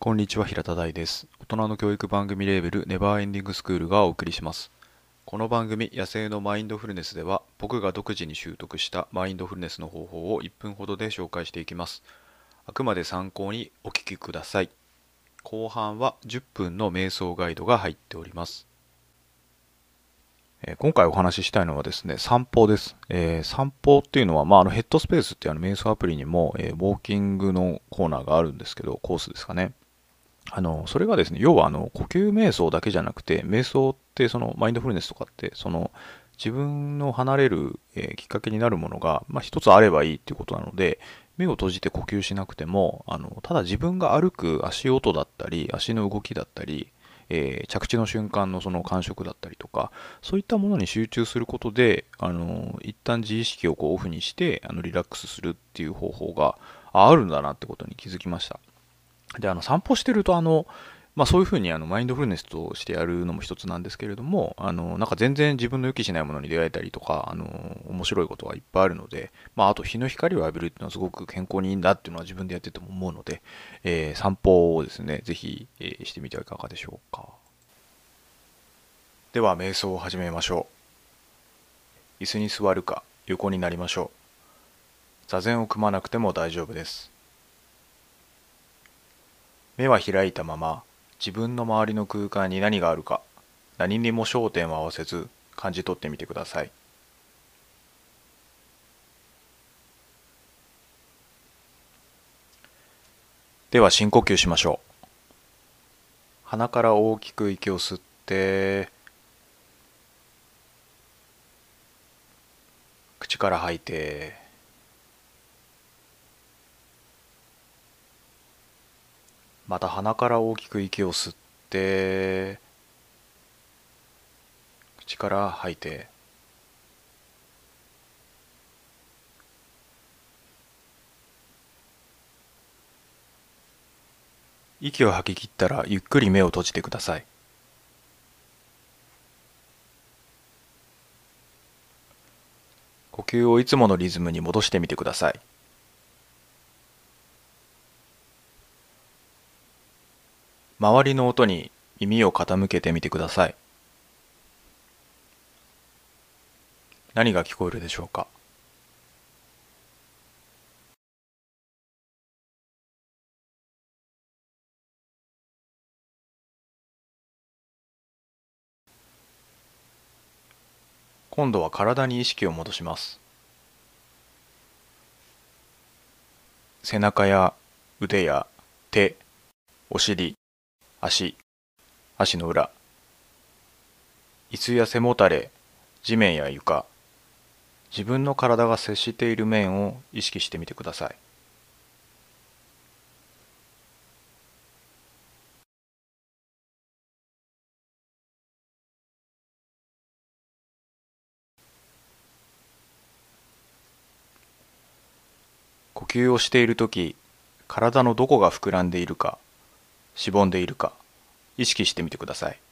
こんにちは、平田大です。大人の教育番組レーベルネバーエンディングスクールがお送りします。この番組、野生のマインドフルネスでは、僕が独自に習得したマインドフルネスの方法を1分ほどで紹介していきます。あくまで参考にお聞きください。後半は10分の瞑想ガイドが入っております。今回お話ししたいのはですね、散歩です。散歩っていうのは、ヘッドスペースっていう瞑想アプリにも、ウォーキングのコーナーがあるんですけど、コースですかね。それがですね、要は呼吸瞑想だけじゃなくて、瞑想ってマインドフルネスとかって、自分の離れる、きっかけになるものが、一つあればいいっていうことなので、目を閉じて呼吸しなくても、ただ自分が歩く足音だったり、足の動きだったり、着地の瞬間のその感触だったりとか、そういったものに集中することで、一旦自意識をこうオフにして、リラックスするっていう方法があるんだなってことに気づきました。で、散歩してると、そういうふうにマインドフルネスとしてやるのも一つなんですけれども、なんか全然自分の予期しないものに出会えたりとか、面白いことがいっぱいあるので、あと日の光を浴びるっていうのはすごく健康にいいんだっていうのは自分でやってても思うので、散歩をですね、ぜひ、してみてはいかがでしょうか。では、瞑想を始めましょう。椅子に座るか、横になりましょう。座禅を組まなくても大丈夫です。目は開いたまま、自分の周りの空間に何があるか、何にも焦点を合わせず感じ取ってみてください。では深呼吸しましょう。鼻から大きく息を吸って、口から吐いて、また鼻から大きく息を吸って、口から吐いて、息を吐き切ったらゆっくり目を閉じてください。呼吸をいつものリズムに戻してみてください。周りの音に耳を傾けてみてください。何が聞こえるでしょうか。今度は体に意識を戻します。背中や腕や手、お尻、足、足の裏、椅子や背もたれ、地面や床、自分の体が接している面を意識してみてください。呼吸をしているとき、体のどこが膨らんでいるか、しぼんでいるか、意識してみてください。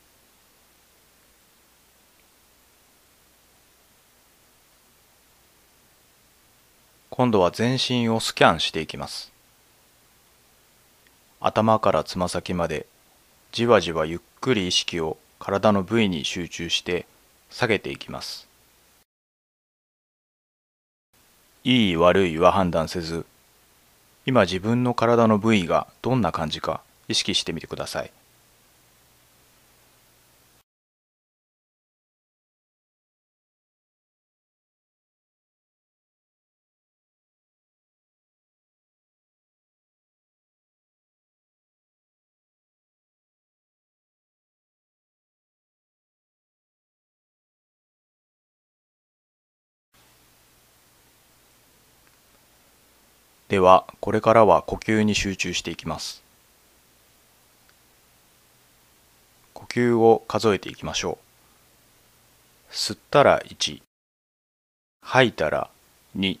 今度は全身をスキャンしていきます。頭からつま先まで、じわじわゆっくり意識を体の部位に集中して下げていきます。いい悪いは判断せず、今自分の体の部位がどんな感じか意識してみてください。では、これからは呼吸に集中していきます。呼吸を数えていきましょう。吸ったら1、吐いたら2、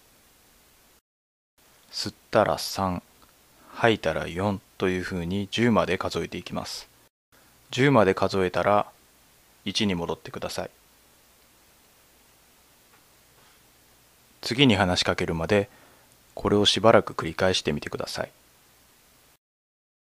吸ったら3、吐いたら4というふうに10まで数えていきます。10まで数えたら1に戻ってください。次に話しかけるまでこれをしばらく繰り返してみてください。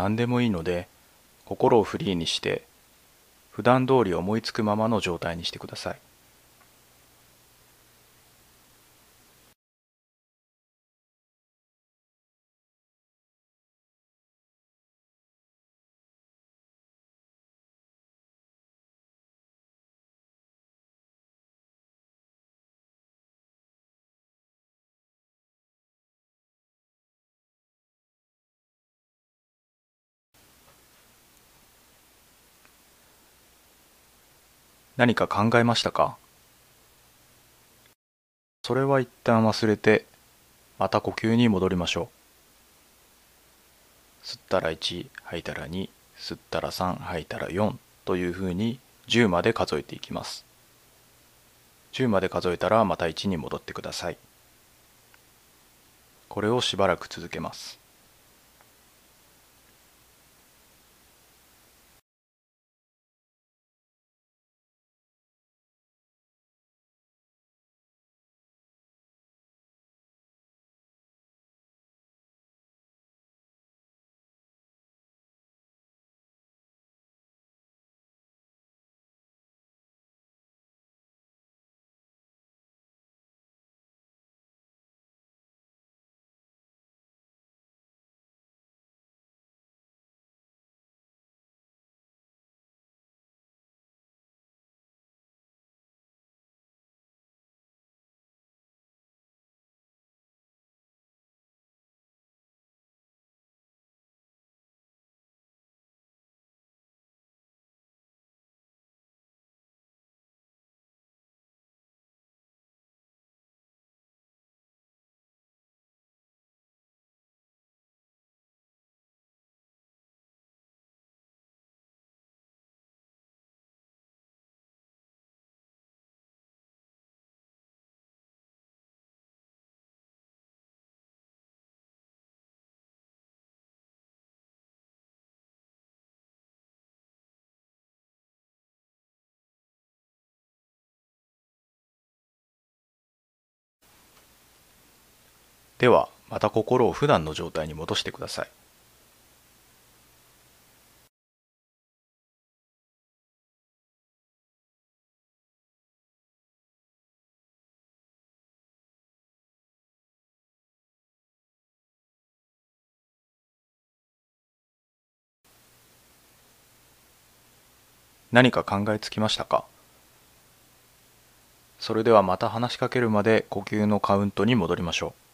何でもいいので、心をフリーにして、普段通り思いつくままの状態にしてください。何か考えましたか？それは一旦忘れて、また呼吸に戻りましょう。吸ったら1、吐いたら2、吸ったら3、吐いたら4というふうに10まで数えていきます。10まで数えたらまた1に戻ってください。これをしばらく続けます。では、また心を普段の状態に戻してください。何か考えつきましたか？それではまた話しかけるまで呼吸のカウントに戻りましょう。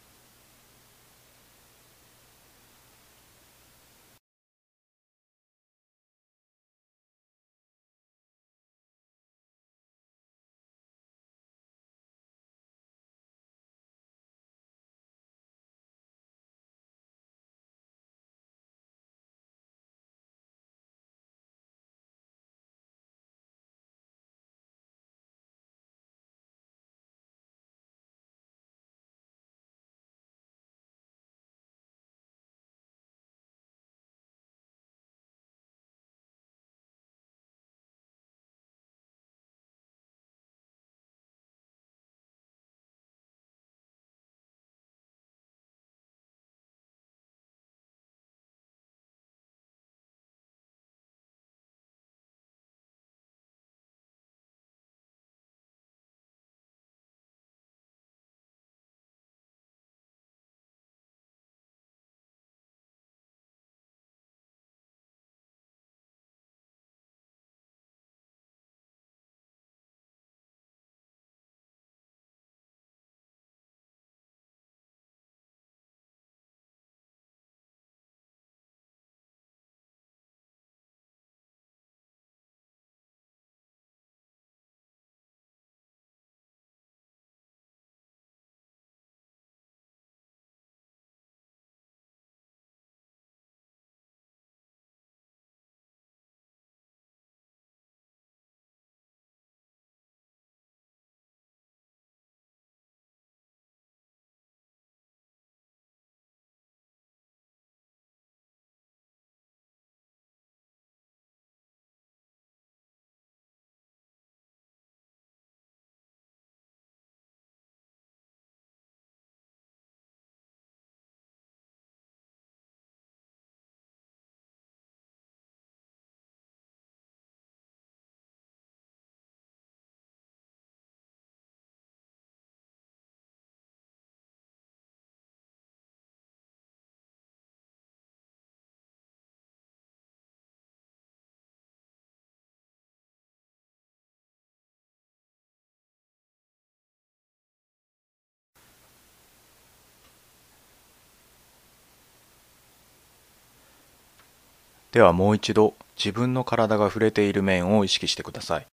ではもう一度自分の体が触れている面を意識してください。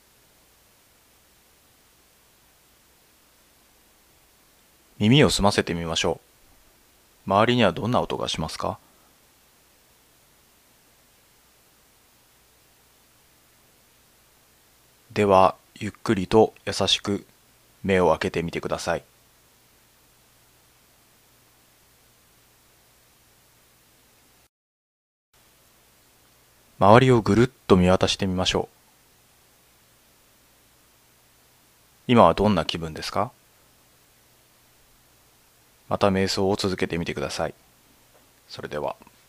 耳を澄ませてみましょう。周りにはどんな音がしますか？では、ゆっくりと優しく目を開けてみてください。周りをぐるっと見渡してみましょう。今はどんな気分ですか？また瞑想を続けてみてください。それでは。